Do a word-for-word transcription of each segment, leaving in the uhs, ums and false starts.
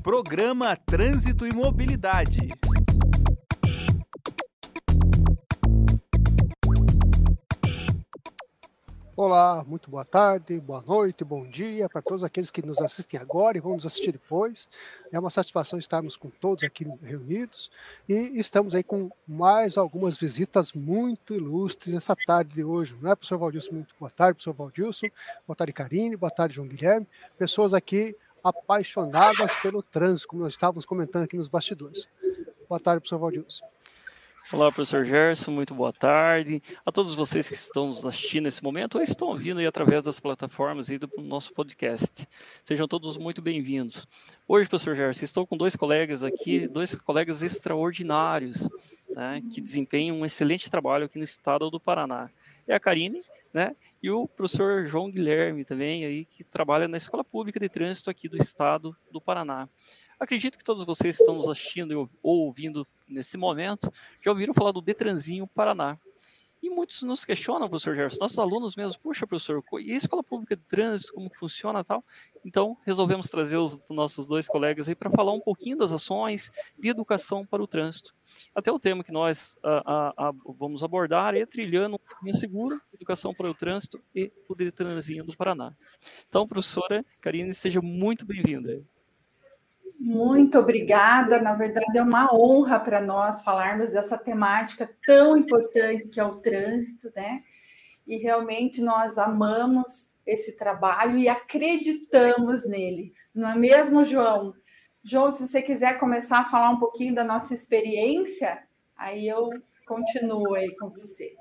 Programa Trânsito e Mobilidade. Olá, muito boa tarde, boa noite, bom dia para todos aqueles que nos assistem agora e vão nos assistir depois. É uma satisfação estarmos com todos aqui reunidos e estamos aí com mais algumas visitas muito ilustres essa tarde de hoje, não é, professor Valdilson? Muito boa tarde, professor Valdilson, boa tarde, Karine, boa tarde, João Guilherme, pessoas aqui apaixonadas pelo trânsito, como nós estávamos comentando aqui nos bastidores. Boa tarde, professor Valdilson. Olá, professor Gerson, muito boa tarde. A todos vocês que estão nos assistindo nesse momento ou estão ouvindo aí através das plataformas aí do nosso podcast. Sejam todos muito bem-vindos. Hoje, professor Gerson, estou com dois colegas aqui, dois colegas extraordinários, né, que desempenham um excelente trabalho aqui no estado do Paraná. É a Karine, né, e o professor João Guilherme também, aí, que trabalha na Escola Pública de Trânsito aqui do estado do Paraná. Acredito que todos vocês que estão nos assistindo ou ouvindo nesse momento já ouviram falar do Detranzinho Paraná. E muitos nos questionam, professor Gerson, nossos alunos mesmo, puxa, professor, e a Escola Pública de Trânsito, como funciona e tal? Então, resolvemos trazer os nossos dois colegas aí para falar um pouquinho das ações de educação para o trânsito. Até o tema que nós a, a, a, vamos abordar é trilhando um caminho seguro, educação para o trânsito e o Detranzinho do Paraná. Então, professora Karine, seja muito bem-vinda. Muito obrigada, na verdade é uma honra para nós falarmos dessa temática tão importante que é o trânsito, né? E realmente nós amamos esse trabalho e acreditamos nele, não é mesmo, João? João, se você quiser começar a falar um pouquinho da nossa experiência, aí eu continuo aí com você.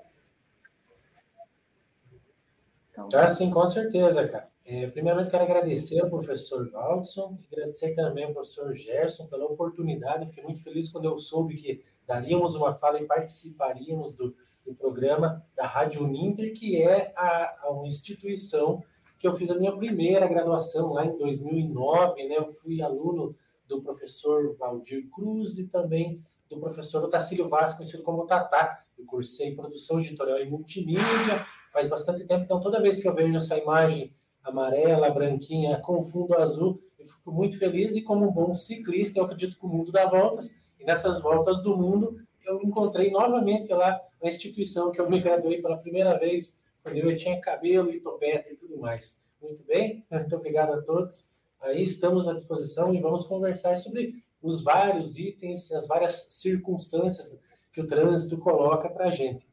Então... Ah, sim, com certeza, cara. É, primeiramente, quero agradecer ao professor Valdilson, agradecer também ao professor Gerson pela oportunidade. Fiquei muito feliz quando eu soube que daríamos uma fala e participaríamos do, do programa da Rádio Uninter, que é a, a uma instituição que eu fiz a minha primeira graduação lá em dois mil e nove, né? Eu fui aluno do professor Valdir Cruz e também do professor Otacílio Vaz, conhecido como Tatá. Eu cursei produção editorial e multimídia faz bastante tempo, então toda vez que eu vejo essa imagem amarela, branquinha, com fundo azul, eu fico muito feliz e como um bom ciclista, eu acredito que o mundo dá voltas, e nessas voltas do mundo, eu encontrei novamente lá a instituição que eu me graduei pela primeira vez, quando eu tinha cabelo e topete e tudo mais. Muito bem, muito obrigado a todos. Aí estamos à disposição e vamos conversar sobre os vários itens, as várias circunstâncias que o trânsito coloca para a gente.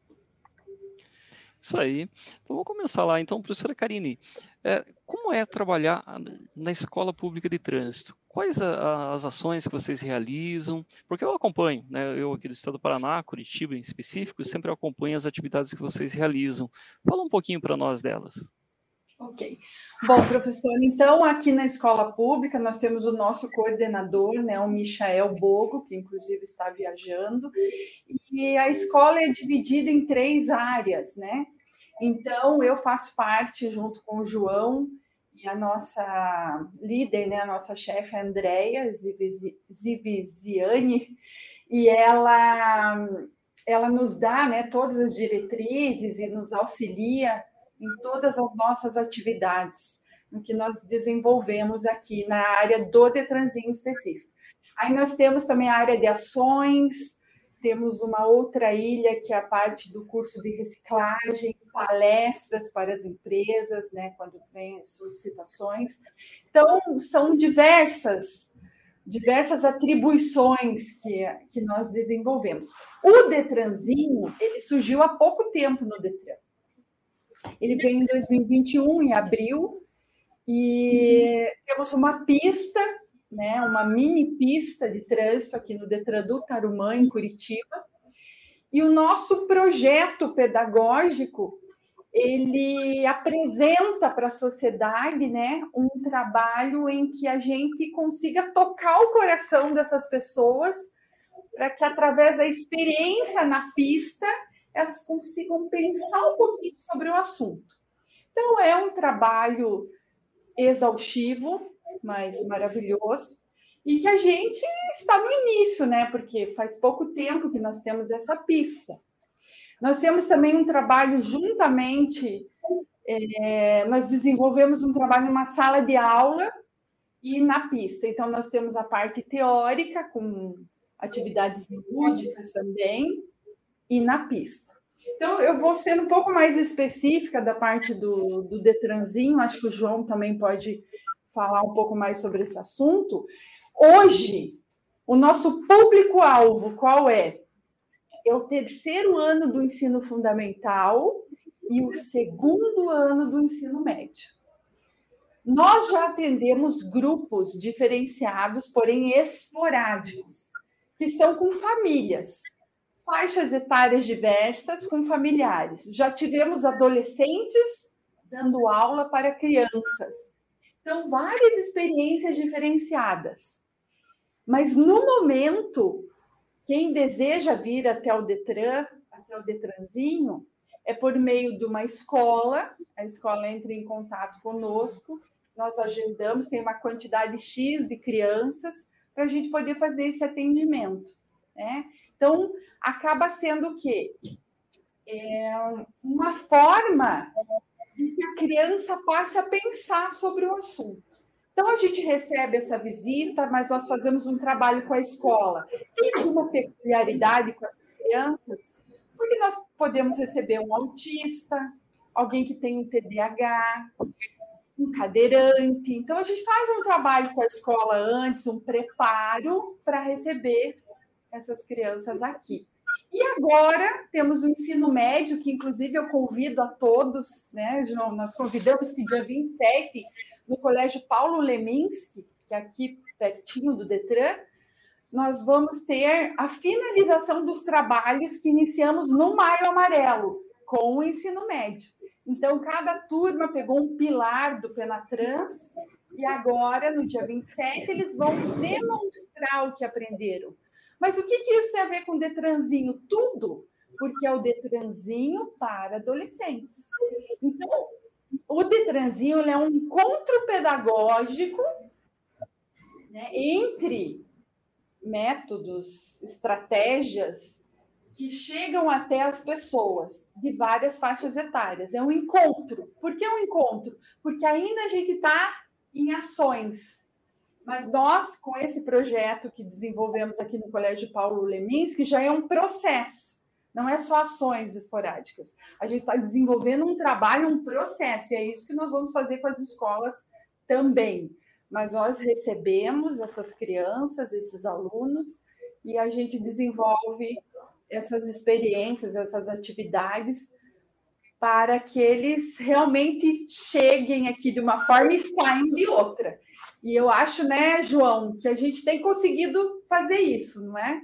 Isso aí. Então, vamos começar lá. Então, professora Karine, é, como é trabalhar na Escola Pública de Trânsito? Quais a, as ações que vocês realizam? Porque eu acompanho, né, eu aqui do estado do Paraná, Curitiba em específico, sempre acompanho as atividades que vocês realizam. Fala um pouquinho para nós delas. Ok. Bom, professor, então, aqui na Escola Pública, nós temos o nosso coordenador, né, o Michael Bogo, que inclusive está viajando, e a escola é dividida em três áreas, né? Então, eu faço parte, junto com o João e a nossa líder, né, a nossa chefe, a Andrea Ziviziani, e ela, ela nos dá, né, todas as diretrizes e nos auxilia em todas as nossas atividades, no que nós desenvolvemos aqui na área do Detranzinho específico. Aí nós temos também a área de ações, temos uma outra ilha que é a parte do curso de reciclagem, palestras para as empresas, né, quando vem solicitações. Então, são diversas, diversas atribuições que, que nós desenvolvemos. O Detranzinho, ele surgiu há pouco tempo no Detran. Ele veio em dois mil e vinte e um, em abril, e temos uma pista, né, uma mini pista de trânsito aqui no Detran do Tarumã, em Curitiba. E o nosso projeto pedagógico, ele apresenta para a sociedade, né, um trabalho em que a gente consiga tocar o coração dessas pessoas para que, através da experiência na pista, elas consigam pensar um pouquinho sobre o assunto. Então, é um trabalho exaustivo, mas maravilhoso, e que a gente está no início, né? Porque faz pouco tempo que nós temos essa pista. Nós temos também um trabalho juntamente, é, nós desenvolvemos um trabalho numa sala de aula, e na pista. Então, nós temos a parte teórica, com atividades lúdicas também, e na pista. Então, eu vou ser um pouco mais específica da parte do, do Detranzinho, acho que o João também pode falar um pouco mais sobre esse assunto. Hoje, o nosso público-alvo qual é? É o terceiro ano do ensino fundamental e o segundo ano do ensino médio. Nós já atendemos grupos diferenciados, porém esporádicos, que são com famílias, faixas etárias diversas, com familiares. Já tivemos adolescentes dando aula para crianças. Então, várias experiências diferenciadas. Mas, no momento, quem deseja vir até o Detran, até o Detranzinho, é por meio de uma escola, a escola entra em contato conosco, nós agendamos, tem uma quantidade X de crianças para a gente poder fazer esse atendimento, né? Então, acaba sendo o quê? É uma forma de que a criança passe a pensar sobre o assunto. Então, a gente recebe essa visita, mas nós fazemos um trabalho com a escola. Tem alguma peculiaridade com essas crianças? Porque nós podemos receber um autista, alguém que tem um T D A H, um cadeirante. Então, a gente faz um trabalho com a escola antes, um preparo para receber essas crianças aqui. E agora temos o ensino médio, que inclusive eu convido a todos, né, João? Nós convidamos que dia vinte e sete, no Colégio Paulo Leminski, que é aqui pertinho do Detran, nós vamos ter a finalização dos trabalhos que iniciamos no Maio Amarelo, com o ensino médio. Então, cada turma pegou um pilar do Penatrans e agora, no dia vinte e sete, eles vão demonstrar o que aprenderam. Mas o que, que isso tem a ver com o Detranzinho? Tudo, porque é o Detranzinho para adolescentes. Então, o Detranzinho ele é um encontro pedagógico, né, entre métodos, estratégias que chegam até as pessoas de várias faixas etárias. É um encontro. Por que um encontro? Porque ainda a gente está em ações. Mas nós, com esse projeto que desenvolvemos aqui no Colégio Paulo Leminski, já é um processo, não é só ações esporádicas. A gente está desenvolvendo um trabalho, um processo, e é isso que nós vamos fazer com as escolas também. Mas nós recebemos essas crianças, esses alunos, e a gente desenvolve essas experiências, essas atividades, para que eles realmente cheguem aqui de uma forma e saiam de outra. E eu acho, né, João, que a gente tem conseguido fazer isso, não é?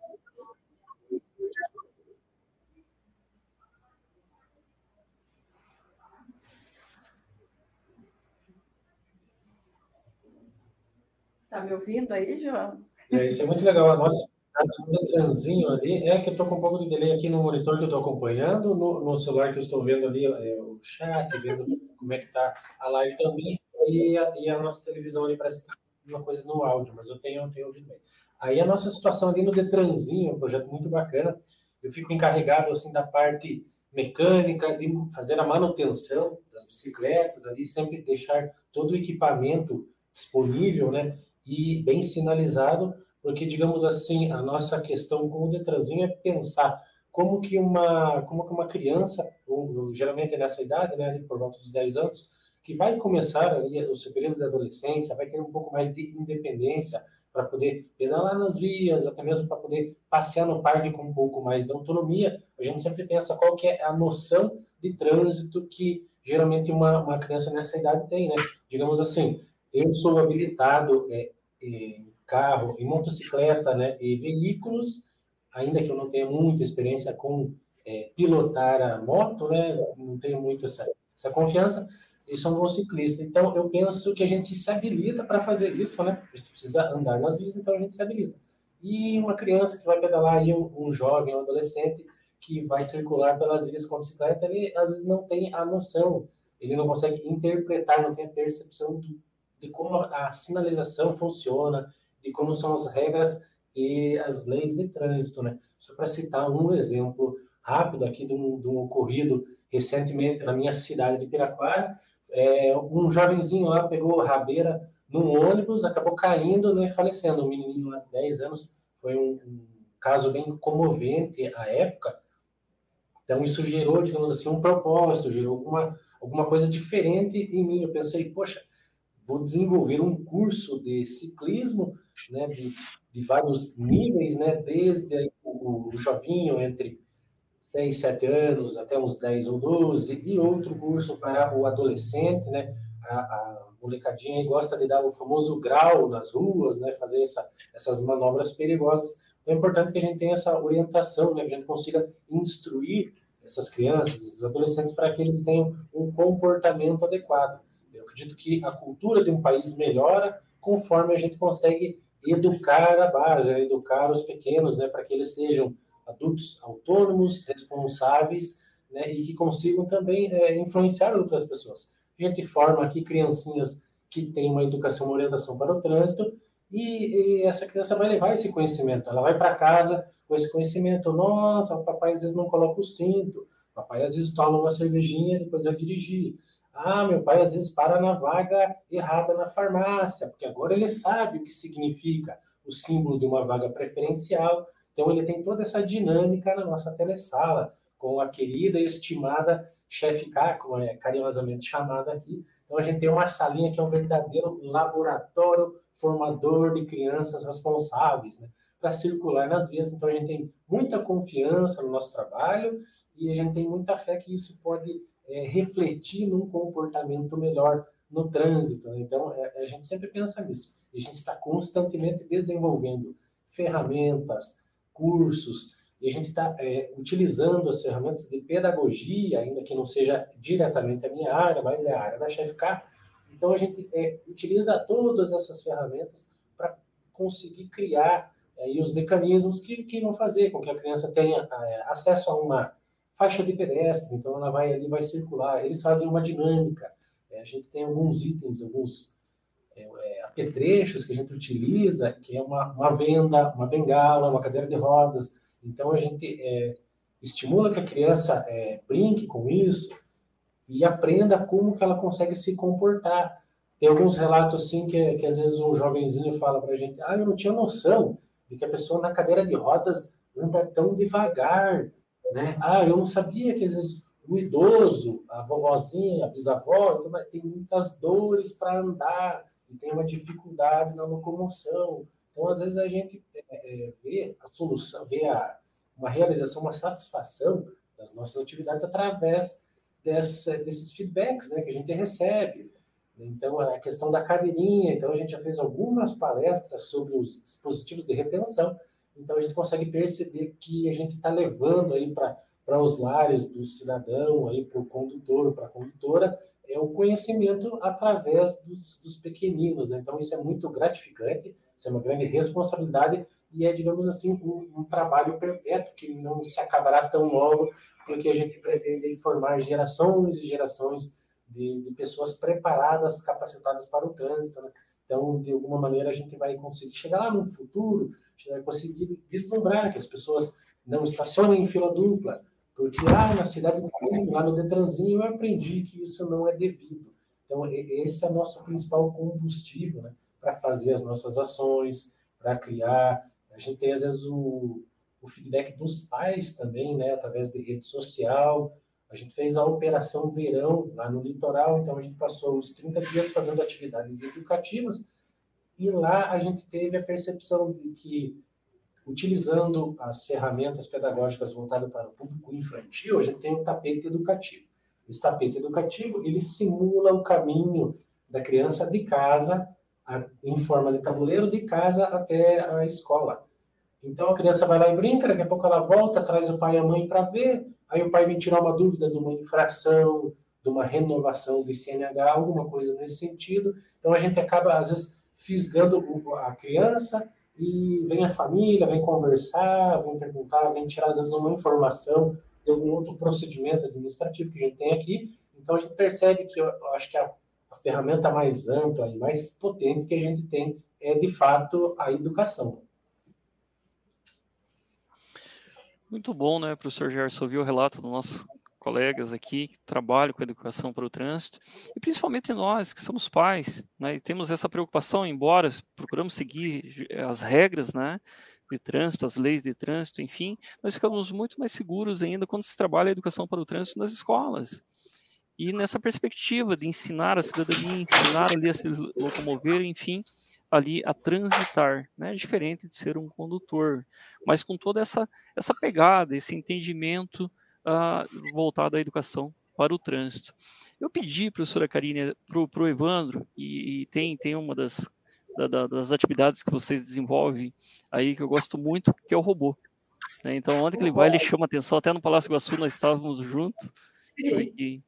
Tá me ouvindo aí, João? É, isso é muito legal. A nossa Detranzinho ali, é que eu estou com um pouco de delay aqui no monitor que eu estou acompanhando, no, no celular que eu estou vendo ali é, o chat, vendo como é que está a live também, e a, e a nossa televisão ali parece que está uma coisa no áudio, mas eu tenho, eu tenho ouvido bem. Aí a nossa situação ali no Detranzinho, um projeto muito bacana, eu fico encarregado assim da parte mecânica, de fazer a manutenção das bicicletas ali, sempre deixar todo o equipamento disponível, né, e bem sinalizado, porque, digamos assim, a nossa questão com o Detranzinho é pensar como que uma, como que uma criança, ou, geralmente nessa idade, né, por volta dos dez anos, que vai começar ali o seu período de adolescência, vai ter um pouco mais de independência para poder pedalar nas vias, até mesmo para poder passear no parque com um pouco mais de autonomia. A gente sempre pensa qual que é a noção de trânsito que geralmente uma, uma criança nessa idade tem, né? Digamos assim, eu sou habilitado é, em carro, em motocicleta, né, e veículos, ainda que eu não tenha muita experiência com é, pilotar a moto, né, não tenho muito essa, essa confiança, eu sou um bom ciclista. Então, eu penso que a gente se habilita para fazer isso, né? A gente precisa andar nas vias, então a gente se habilita. E uma criança que vai pedalar aí, um, um jovem, um adolescente que vai circular pelas vias com a bicicleta, ele às vezes não tem a noção, ele não consegue interpretar, não tem a percepção do de como a sinalização funciona, de como são as regras e as leis de trânsito, né? Só para citar um exemplo rápido aqui de um, de um ocorrido recentemente na minha cidade de Piraquara. É, um jovenzinho lá pegou rabeira num ônibus, acabou caindo, né, falecendo. Um menininho lá de dez anos, foi um, um caso bem comovente à época. Então, isso gerou, digamos assim, um propósito, gerou alguma, alguma coisa diferente em mim. Eu pensei, poxa, vou desenvolver um curso de ciclismo, né, de, de vários níveis, né, desde aí, o, o jovinho entre seis, sete anos, até uns dez ou doze, e outro curso para o adolescente, né? A, a molecadinha aí gosta de dar o famoso grau nas ruas, né? Fazer essa, essas manobras perigosas. Então é importante que a gente tenha essa orientação, né? Que a gente consiga instruir essas crianças, esses adolescentes, para que eles tenham um comportamento adequado. Eu acredito que a cultura de um país melhora conforme a gente consegue educar a base, né? Educar os pequenos, né? Para que eles sejam adultos autônomos, responsáveis, né, e que consigam também é, influenciar outras pessoas. A gente forma aqui criancinhas que têm uma educação, uma orientação para o trânsito, e, e essa criança vai levar esse conhecimento. Ela vai para casa com esse conhecimento. Nossa, o papai às vezes não coloca o cinto, o papai às vezes toma uma cervejinha e depois vai dirigir. Ah, meu pai às vezes para na vaga errada na farmácia, porque agora ele sabe o que significa o símbolo de uma vaga preferencial. Então, ele tem toda essa dinâmica na nossa telesala, com a querida e estimada chefe K, como é carinhosamente chamada aqui. Então, a gente tem uma salinha que é um verdadeiro laboratório formador de crianças responsáveis, né, para circular nas vias. Então, a gente tem muita confiança no nosso trabalho e a gente tem muita fé que isso pode é, refletir num comportamento melhor no trânsito. Né? Então, é, a gente sempre pensa nisso. E a gente está constantemente desenvolvendo ferramentas, cursos, e a gente está é, utilizando as ferramentas de pedagogia, ainda que não seja diretamente a minha área, mas é a área da chefe K. Então, a gente é, utiliza todas essas ferramentas para conseguir criar aí os mecanismos que, que vão fazer com que a criança tenha é, acesso a uma faixa de pedestre, então ela vai ali, vai circular, eles fazem uma dinâmica, é, a gente tem alguns itens, alguns É, é, apetrechos que a gente utiliza, que é uma, uma venda, uma bengala, uma cadeira de rodas. Então, a gente é, estimula que a criança é, brinque com isso e aprenda como que ela consegue se comportar. Tem alguns relatos assim que, que às vezes um jovenzinho fala para a gente, ah, eu não tinha noção de que a pessoa na cadeira de rodas anda tão devagar, né? Ah, eu não sabia que às vezes o idoso, a vovozinha, a bisavó, tem muitas dores para andar, e tem uma dificuldade na locomoção. Então, às vezes, a gente é, é, vê a solução, vê a, uma realização, uma satisfação das nossas atividades através dessa, desses feedbacks, né, que a gente recebe. Então, a questão da cadeirinha, então a gente já fez algumas palestras sobre os dispositivos de retenção, então a gente consegue perceber que a gente está levando aí para para os lares do cidadão, aí para o condutor, para a condutora, é o conhecimento através dos, dos pequeninos. Então, isso é muito gratificante, isso é uma grande responsabilidade e é, digamos assim, um, um trabalho perpétuo que não se acabará tão logo, porque a gente pretende formar gerações e gerações de, de pessoas preparadas, capacitadas para o trânsito, né? Então, de alguma maneira, a gente vai conseguir chegar lá no futuro, a gente vai conseguir vislumbrar que as pessoas não estacionem em fila dupla, porque lá na cidade, lá no Detranzinho, eu aprendi que isso não é devido. Então, esse é o nosso principal combustível, né, para fazer as nossas ações, para criar. A gente tem, às vezes, o, o feedback dos pais também, né, através de rede social. A gente fez a Operação Verão lá no litoral, então a gente passou os trinta dias fazendo atividades educativas e lá a gente teve a percepção de que, utilizando as ferramentas pedagógicas voltadas para o público infantil, a gente tem um tapete educativo. Esse tapete educativo, ele simula o caminho da criança de casa, a, em forma de tabuleiro, de casa até a escola. Então, a criança vai lá e brinca, daqui a pouco ela volta, traz o pai e a mãe para ver, aí o pai vem tirar uma dúvida de uma infração, de uma renovação de C N H, alguma coisa nesse sentido. Então, a gente acaba, às vezes, fisgando a criança, e vem a família, vem conversar, vem perguntar, vem tirar, às vezes, uma informação de algum outro procedimento administrativo que a gente tem aqui. Então, a gente percebe que, eu, eu acho que a, a ferramenta mais ampla e mais potente que a gente tem é, de fato, a educação. Muito bom, né, professor Gerson, ouvir o relato dos nossos colegas aqui que trabalham com a educação para o trânsito, e principalmente nós que somos pais, né, e temos essa preocupação, embora procuramos seguir as regras, né, de trânsito, as leis de trânsito, enfim, nós ficamos muito mais seguros ainda quando se trabalha a educação para o trânsito nas escolas. E nessa perspectiva de ensinar a cidadania, ensinar ali a se locomover, enfim, ali a transitar, né? Diferente de ser um condutor, mas com toda essa, essa pegada, esse entendimento uh, voltado à educação para o trânsito. Eu pedi, professora Karine, para o Evandro, e, e tem, tem uma das, da, das atividades que vocês desenvolvem aí que eu gosto muito, que é o robô. Né? Então, onde que ele vai, ele chama atenção, até no Palácio Iguaçu nós estávamos juntos. E...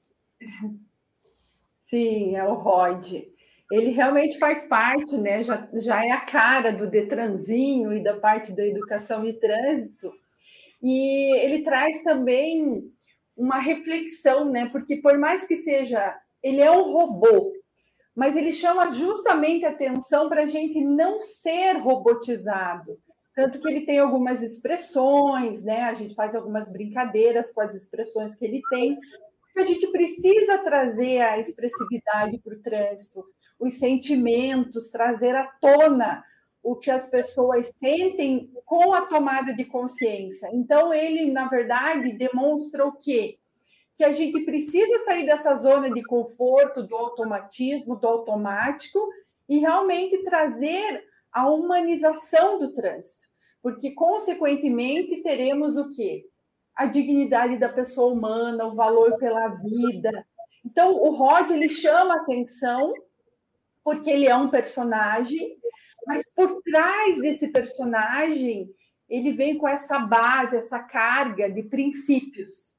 Sim, é o Rod. Ele realmente faz parte, né? Já, já é a cara do Detranzinho e da parte da educação e trânsito. E ele traz também uma reflexão, né? Porque por mais que seja, ele é um robô, mas ele chama justamente atenção para a gente não ser robotizado. Tanto que ele tem algumas expressões, né? A gente faz algumas brincadeiras com as expressões que ele tem. A gente precisa trazer a expressividade para o trânsito, os sentimentos, trazer à tona o que as pessoas sentem com a tomada de consciência. Então, ele, na verdade, demonstra o quê? Que a gente precisa sair dessa zona de conforto, do automatismo, do automático, e realmente trazer a humanização do trânsito. Porque, consequentemente, teremos o quê? A dignidade da pessoa humana, o valor pela vida. Então, o Rod, ele chama atenção porque ele é um personagem, mas por trás desse personagem, ele vem com essa base, essa carga de princípios.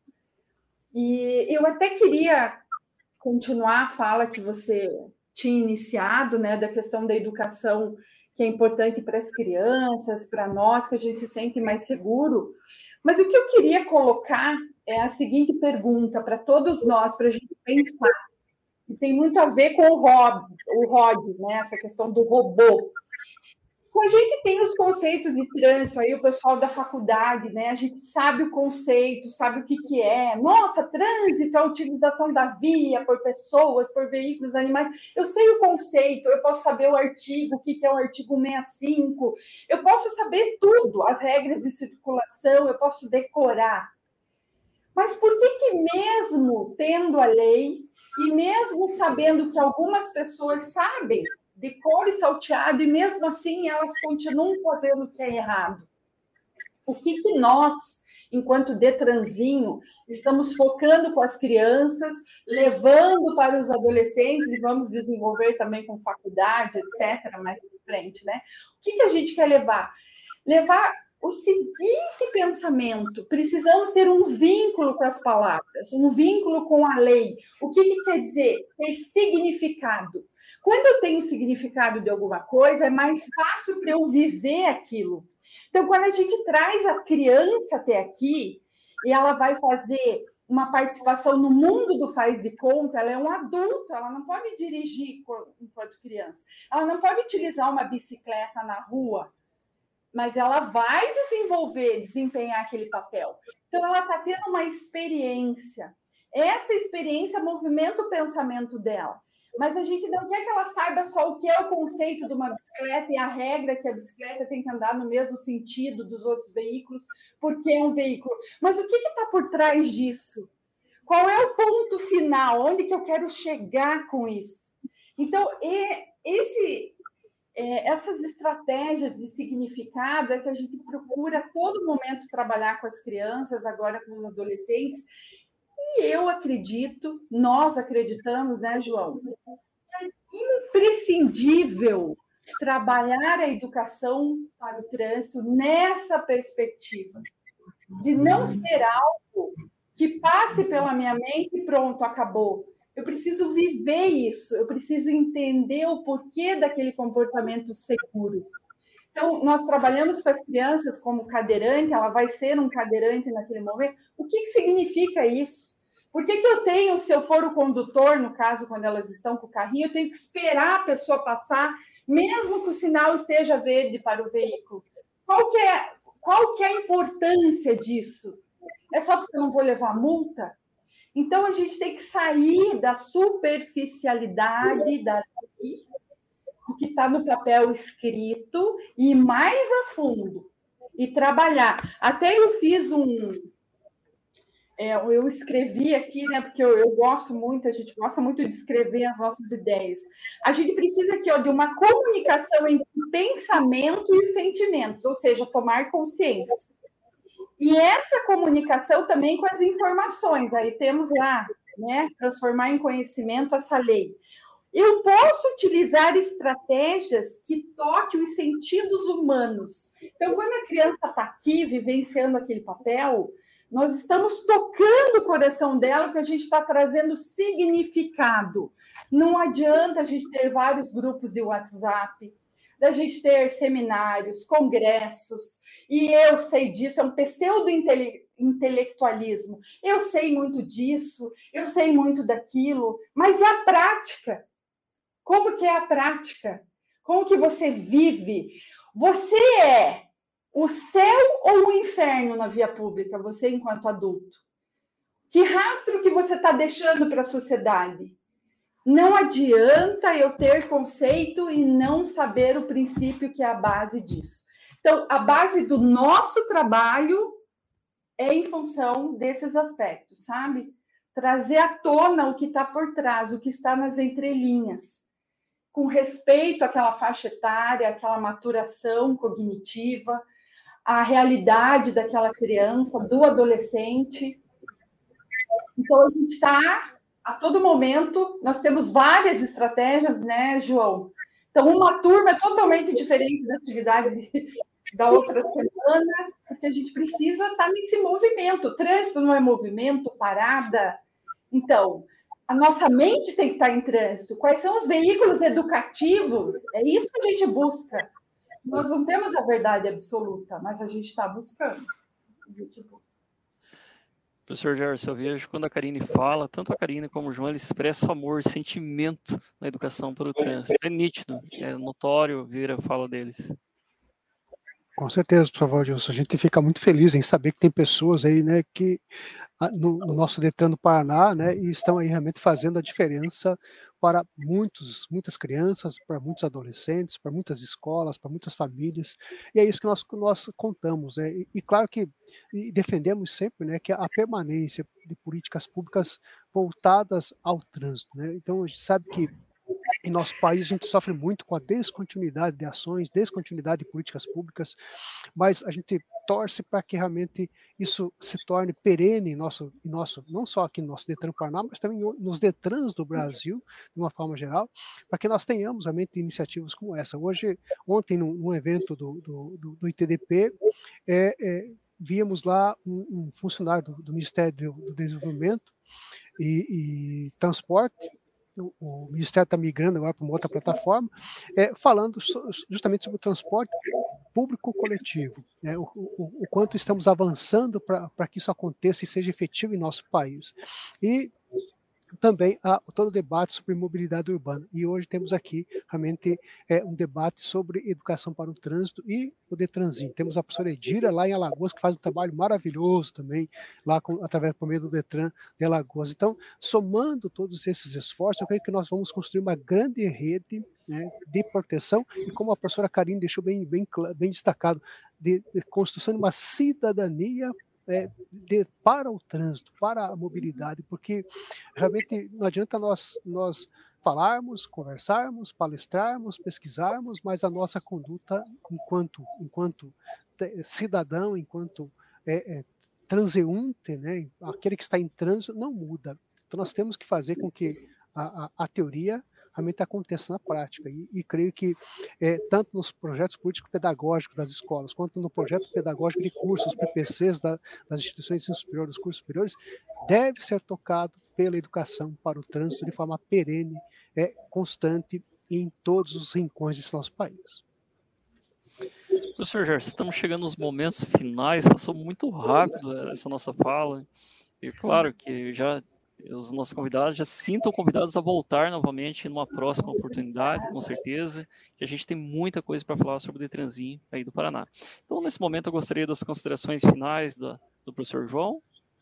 E eu até queria continuar a fala que você tinha iniciado, né, da questão da educação, que é importante para as crianças, para nós, que a gente se sente mais seguro. Mas o que eu queria colocar é a seguinte pergunta para todos nós, para a gente pensar, e tem muito a ver com o Rod, o Rod, né? Essa questão do robô. A gente tem os conceitos de trânsito, aí o pessoal da faculdade, né? A gente sabe o conceito, sabe o que, que é. Nossa, trânsito é a utilização da via por pessoas, por veículos, animais. Eu sei o conceito, eu posso saber o artigo, o que, que é o artigo sessenta e cinco, eu posso saber tudo, as regras de circulação, eu posso decorar. Mas por que que mesmo tendo a lei, e mesmo sabendo que algumas pessoas sabem de cor e salteado, e mesmo assim elas continuam fazendo o que é errado? O que que nós, enquanto Detranzinho, estamos focando com as crianças, levando para os adolescentes, e vamos desenvolver também com faculdade, etcétera, mais para frente, né? O que que a gente quer levar? Levar o seguinte pensamento: precisamos ter um vínculo com as palavras, um vínculo com a lei. O que, que quer dizer? Ter significado. Quando eu tenho significado de alguma coisa, é mais fácil para eu viver aquilo. Então, quando a gente traz a criança até aqui, e ela vai fazer uma participação no mundo do faz de conta, ela é um adulto, ela não pode dirigir enquanto criança, ela não pode utilizar uma bicicleta na rua, mas ela vai desenvolver, desempenhar aquele papel. Então, ela está tendo uma experiência. Essa experiência movimenta o pensamento dela. Mas a gente não quer que ela saiba só o que é o conceito de uma bicicleta e a regra que a bicicleta tem que andar no mesmo sentido dos outros veículos, porque é um veículo. Mas o que está por trás disso? Qual é o ponto final? Onde que eu quero chegar com isso? Então, esse... É, essas estratégias de significado é que a gente procura a todo momento trabalhar com as crianças, agora com os adolescentes, e eu acredito, nós acreditamos, né, João, que é imprescindível trabalhar a educação para o trânsito nessa perspectiva, de não ser algo que passe pela minha mente e pronto, acabou. Eu preciso viver isso, eu preciso entender o porquê daquele comportamento seguro. Então, nós trabalhamos com as crianças como cadeirante, ela vai ser um cadeirante naquele momento. O que, que significa isso? Por que, que eu tenho, se eu for o condutor, no caso, quando elas estão com o carrinho, eu tenho que esperar a pessoa passar, mesmo que o sinal esteja verde para o veículo? Qual que é, qual que é a importância disso? É só porque eu não vou levar multa? Então, a gente tem que sair da superficialidade da lei, do que está no papel escrito, e ir mais a fundo, e trabalhar. Até eu fiz um... É, eu escrevi aqui, né, porque eu, eu gosto muito, a gente gosta muito de escrever as nossas ideias. A gente precisa aqui, ó, de uma comunicação entre o pensamento e os sentimentos, ou seja, tomar consciência. E essa comunicação também com as informações, aí temos lá, né, transformar em conhecimento essa lei. Eu posso utilizar estratégias que toquem os sentidos humanos. Então, quando a criança está aqui, vivenciando aquele papel, nós estamos tocando o coração dela, porque a gente está trazendo significado. Não adianta a gente ter vários grupos de WhatsApp, da gente ter seminários, congressos, e eu sei disso, é um pseudo-intelectualismo. Eu sei muito disso, eu sei muito daquilo, mas é a prática. Como que é a prática? Como que você vive? Você é o céu ou o inferno na via pública, você enquanto adulto? Que rastro que você está deixando para a sociedade? Não adianta eu ter conceito e não saber o princípio que é a base disso. Então, a base do nosso trabalho é em função desses aspectos, sabe? Trazer à tona o que está por trás, o que está nas entrelinhas, com respeito àquela faixa etária, àquela maturação cognitiva, à realidade daquela criança, do adolescente. Então, a gente está... A todo momento, nós temos várias estratégias, né, João? Então, uma turma é totalmente diferente da atividade da outra semana, porque a gente precisa estar nesse movimento. O trânsito não é movimento, parada. Então, a nossa mente tem que estar em trânsito. Quais são os veículos educativos? É isso que a gente busca. Nós não temos a verdade absoluta, mas a gente está buscando. A gente busca. Professor Gerson, eu vejo quando a Karine fala, tanto a Karine como o João, eles expressam amor, sentimento na educação para o trânsito. É nítido, é notório ver a fala deles. Com certeza, professor Valdilson. A gente fica muito feliz em saber que tem pessoas aí, né, que no, no nosso Detran do Paraná, né, e estão aí realmente fazendo a diferença para muitos, muitas crianças, para muitos adolescentes, para muitas escolas, para muitas famílias, e é isso que nós, nós contamos, né, e, e claro que e defendemos sempre, né, que a permanência de políticas públicas voltadas ao trânsito, né, então a gente sabe que em nosso país a gente sofre muito com a descontinuidade de ações, descontinuidade de políticas públicas, mas a gente torce para que realmente isso se torne perene em nosso, em nosso, não só aqui no nosso Detran Paraná, mas também nos Detrans do Brasil, de uma forma geral, para que nós tenhamos realmente iniciativas como essa. Hoje, ontem, num, num evento do, do, do, do I T D P, é, é, víamos lá um, um funcionário do, do Ministério do, do Desenvolvimento e, e Transporte. O, o Ministério está migrando agora para uma outra plataforma, é, falando so, justamente sobre o transporte público coletivo, né, o, o, o quanto estamos avançando para que isso aconteça e seja efetivo em nosso país. E também há todo o debate sobre mobilidade urbana. E hoje temos aqui realmente é, um debate sobre educação para o trânsito e o Detranzinho. Temos a professora Edira lá em Alagoas, que faz um trabalho maravilhoso também, lá com, através do meio do Detran de Alagoas. Então, somando todos esses esforços, eu creio que nós vamos construir uma grande rede, né, de proteção, e como a professora Karine deixou bem, bem, bem destacado, de, de construção de uma cidadania É, de, para o trânsito, para a mobilidade, porque realmente não adianta nós, nós falarmos, conversarmos, palestrarmos, pesquisarmos, mas a nossa conduta enquanto, enquanto cidadão, enquanto é, é, transeunte, né, aquele que está em trânsito, não muda. Então nós temos que fazer com que a, a, a teoria realmente aconteça na prática, e, e creio que é, tanto nos projetos político-pedagógicos das escolas, quanto no projeto pedagógico de cursos, P P Cs da, das instituições de ensino superior, dos cursos superiores, deve ser tocado pela educação para o trânsito de forma perene, é, constante, em todos os rincões desse nosso país. Professor Gerson, estamos chegando nos momentos finais, passou muito rápido essa nossa fala, e claro que já os nossos convidados já se sintam convidados a voltar novamente numa próxima oportunidade, com certeza, que a gente tem muita coisa para falar sobre o Detranzinho aí do Paraná. Então, nesse momento, eu gostaria das considerações finais do, do professor João.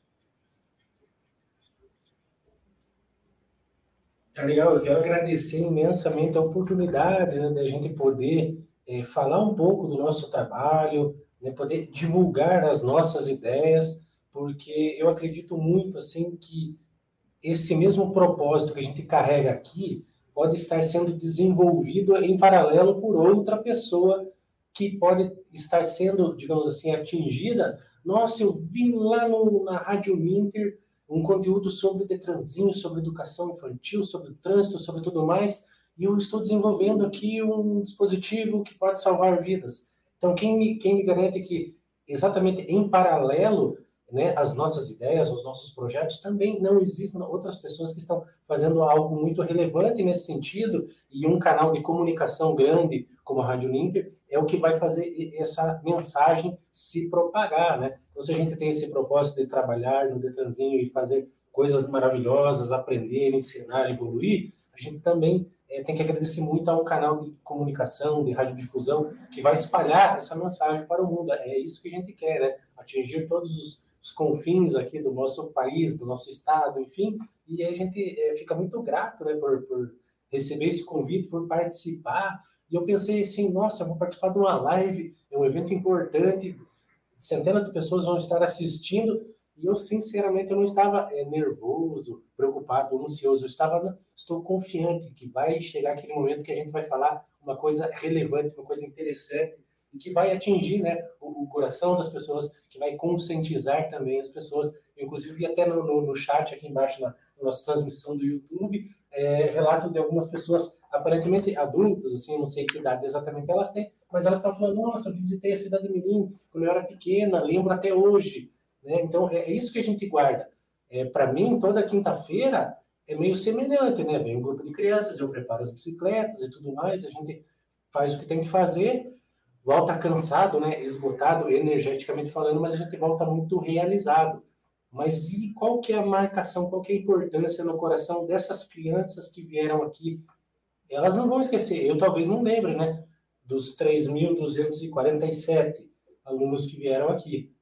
Tá legal, eu quero agradecer imensamente a oportunidade, né, da gente poder é, falar um pouco do nosso trabalho, né, poder divulgar as nossas ideias, porque eu acredito muito assim que esse mesmo propósito que a gente carrega aqui pode estar sendo desenvolvido em paralelo por outra pessoa que pode estar sendo, digamos assim, atingida. Nossa, eu vi lá no, na Rádio Uninter um conteúdo sobre Detranzinho, sobre educação infantil, sobre o trânsito, sobre tudo mais, e eu estou desenvolvendo aqui um dispositivo que pode salvar vidas. Então, quem me, quem me garante que exatamente em paralelo, né, as nossas ideias, os nossos projetos, também não existem outras pessoas que estão fazendo algo muito relevante nesse sentido, e um canal de comunicação grande, como a Rádio Uninter, é o que vai fazer essa mensagem se propagar, né? Então, se a gente tem esse propósito de trabalhar no Detranzinho e fazer coisas maravilhosas, aprender, ensinar, evoluir, a gente também é, tem que agradecer muito a um canal de comunicação, de radiodifusão, que vai espalhar essa mensagem para o mundo. É isso que a gente quer, né? Atingir todos os os confins aqui do nosso país, do nosso estado, enfim, e a gente é, fica muito grato, né, por, por receber esse convite, por participar, e eu pensei assim, nossa, vou participar de uma live, é um evento importante, centenas de pessoas vão estar assistindo, e eu, sinceramente, eu não estava é, nervoso, preocupado, ansioso, eu estava, estou confiante que vai chegar aquele momento que a gente vai falar uma coisa relevante, uma coisa interessante, e que vai atingir, né, o, o coração das pessoas, que vai conscientizar também as pessoas. Eu, inclusive, vi até no, no, no chat aqui embaixo, na, na nossa transmissão do YouTube, é, relato de algumas pessoas aparentemente adultas, assim, não sei que idade exatamente elas têm, mas elas estão falando, nossa, eu visitei a cidade de Mirim quando eu era pequena, lembro até hoje. Né? Então, é, é isso que a gente guarda. É, para mim, toda quinta-feira é meio semelhante, né? Vem um grupo de crianças, eu preparo as bicicletas e tudo mais, a gente faz o que tem que fazer, volta cansado, né, esgotado, energeticamente falando, mas a gente volta muito realizado. Mas e qual que é a marcação, qual que é a importância no coração dessas crianças que vieram aqui? Elas não vão esquecer, eu talvez não lembre, né, dos três mil duzentos e quarenta e sete alunos que vieram aqui.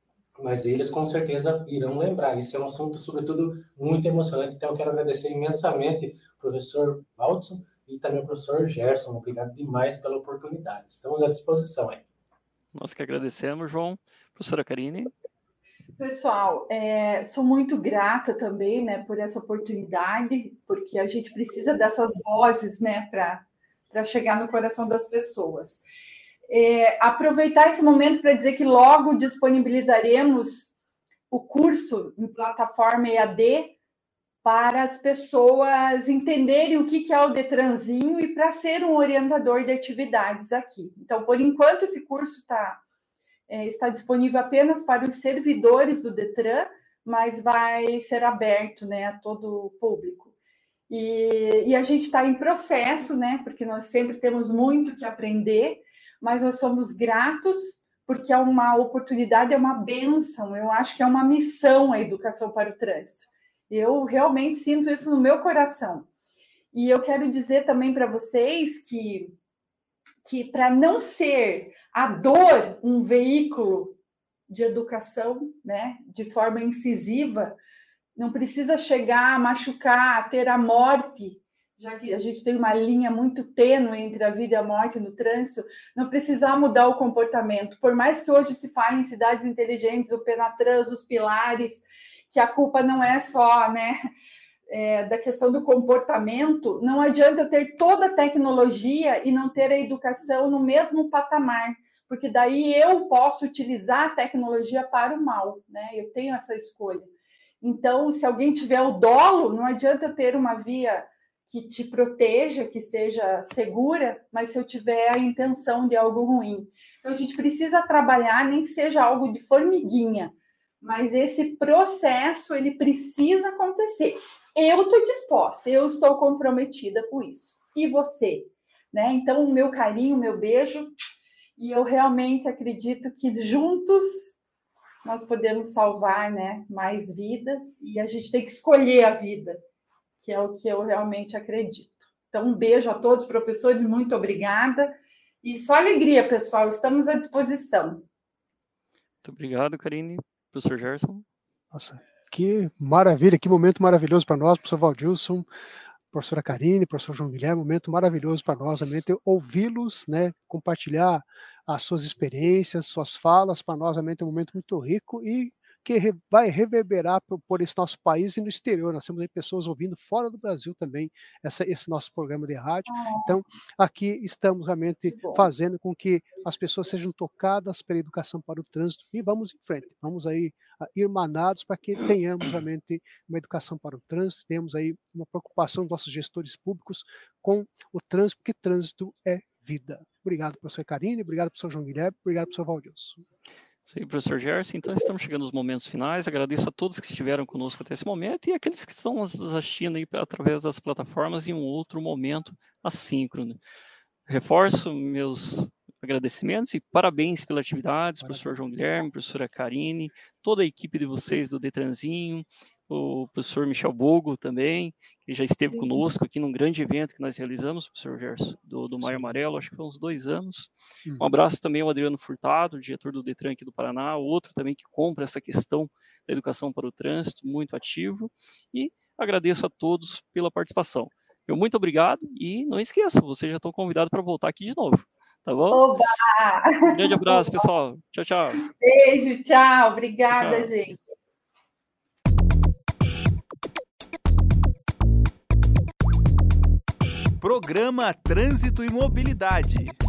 Mas eles com certeza irão lembrar. Isso é um assunto, sobretudo, muito emocionante. Então, eu quero agradecer imensamente ao professor Waldson e também ao professor Gerson. Obrigado demais pela oportunidade. Estamos à disposição aí. Nós que agradecemos, João. Professora Karine. Pessoal, é, sou muito grata também, né, por essa oportunidade, porque a gente precisa dessas vozes, né, para chegar no coração das pessoas. É, aproveitar esse momento para dizer que logo disponibilizaremos o curso em plataforma E A D para as pessoas entenderem o que é o Detranzinho e para ser um orientador de atividades aqui. Então, por enquanto, esse curso tá, é, está disponível apenas para os servidores do Detran, mas vai ser aberto, né, a todo o público. E, e a gente está em processo, né, porque nós sempre temos muito que aprender, mas nós somos gratos porque é uma oportunidade, é uma bênção, eu acho que é uma missão a educação para o trânsito. Eu realmente sinto isso no meu coração. E eu quero dizer também para vocês que, que para não ser a dor um veículo de educação, né, de forma incisiva, não precisa chegar a machucar, a ter a morte, já que a gente tem uma linha muito tênue entre a vida e a morte no trânsito, não precisar mudar o comportamento. Por mais que hoje se fale em cidades inteligentes, o Penatrans, os pilares, que a culpa não é só, né, é, da questão do comportamento, não adianta eu ter toda a tecnologia e não ter a educação no mesmo patamar, porque daí eu posso utilizar a tecnologia para o mal, né? Eu tenho essa escolha. Então, se alguém tiver o dolo, não adianta eu ter uma via que te proteja, que seja segura, mas se eu tiver a intenção de algo ruim. Então, a gente precisa trabalhar, nem que seja algo de formiguinha, mas esse processo, ele precisa acontecer. Eu estou disposta, eu estou comprometida com isso. E você? Né? Então, o meu carinho, o meu beijo, e eu realmente acredito que juntos nós podemos salvar, né, mais vidas, e a gente tem que escolher a vida, que é o que eu realmente acredito. Então, um beijo a todos, professores, muito obrigada. E só alegria, pessoal, estamos à disposição. Muito obrigado, Karine. Professor Gerson. Nossa, que maravilha, que momento maravilhoso para nós, professor Valdilson, professora Karine, professor João Guilherme, momento maravilhoso para nós, realmente, ouvi-los, né, compartilhar as suas experiências, suas falas, para nós, realmente, é um momento muito rico e que re, vai reverberar por, por esse nosso país e no exterior. Nós temos aí pessoas ouvindo fora do Brasil também essa, esse nosso programa de rádio. Então, aqui estamos realmente fazendo com que as pessoas sejam tocadas pela educação para o trânsito e vamos em frente. Vamos aí irmanados para que tenhamos realmente uma educação para o trânsito, tenhamos aí uma preocupação dos nossos gestores públicos com o trânsito, porque trânsito é vida. Obrigado, professor Karine, obrigado, professor João Guilherme, obrigado, professor Valdilson. Sim, professor Gerson, então estamos chegando aos momentos finais, agradeço a todos que estiveram conosco até esse momento e aqueles que estão nos assistindo aí através das plataformas em um outro momento assíncrono. Reforço meus agradecimentos e parabéns pela atividade, professor João Guilherme, professora Karine, toda a equipe de vocês do Detranzinho, o professor Michel Bogo também, que já esteve Sim. conosco aqui num grande evento que nós realizamos, professor Gerson, do, do Maio Amarelo, acho que foi uns dois anos. Uhum. Um abraço também ao Adriano Furtado, diretor do Detran aqui do Paraná, outro também que compra essa questão da educação para o trânsito, muito ativo, e agradeço a todos pela participação. Eu muito obrigado e não esqueça, vocês já estão convidados para voltar aqui de novo, tá bom? Oba! Um grande abraço, Oba! Pessoal. Tchau, tchau. Beijo, tchau. Obrigada, tchau. Gente. Programa Trânsito e Mobilidade.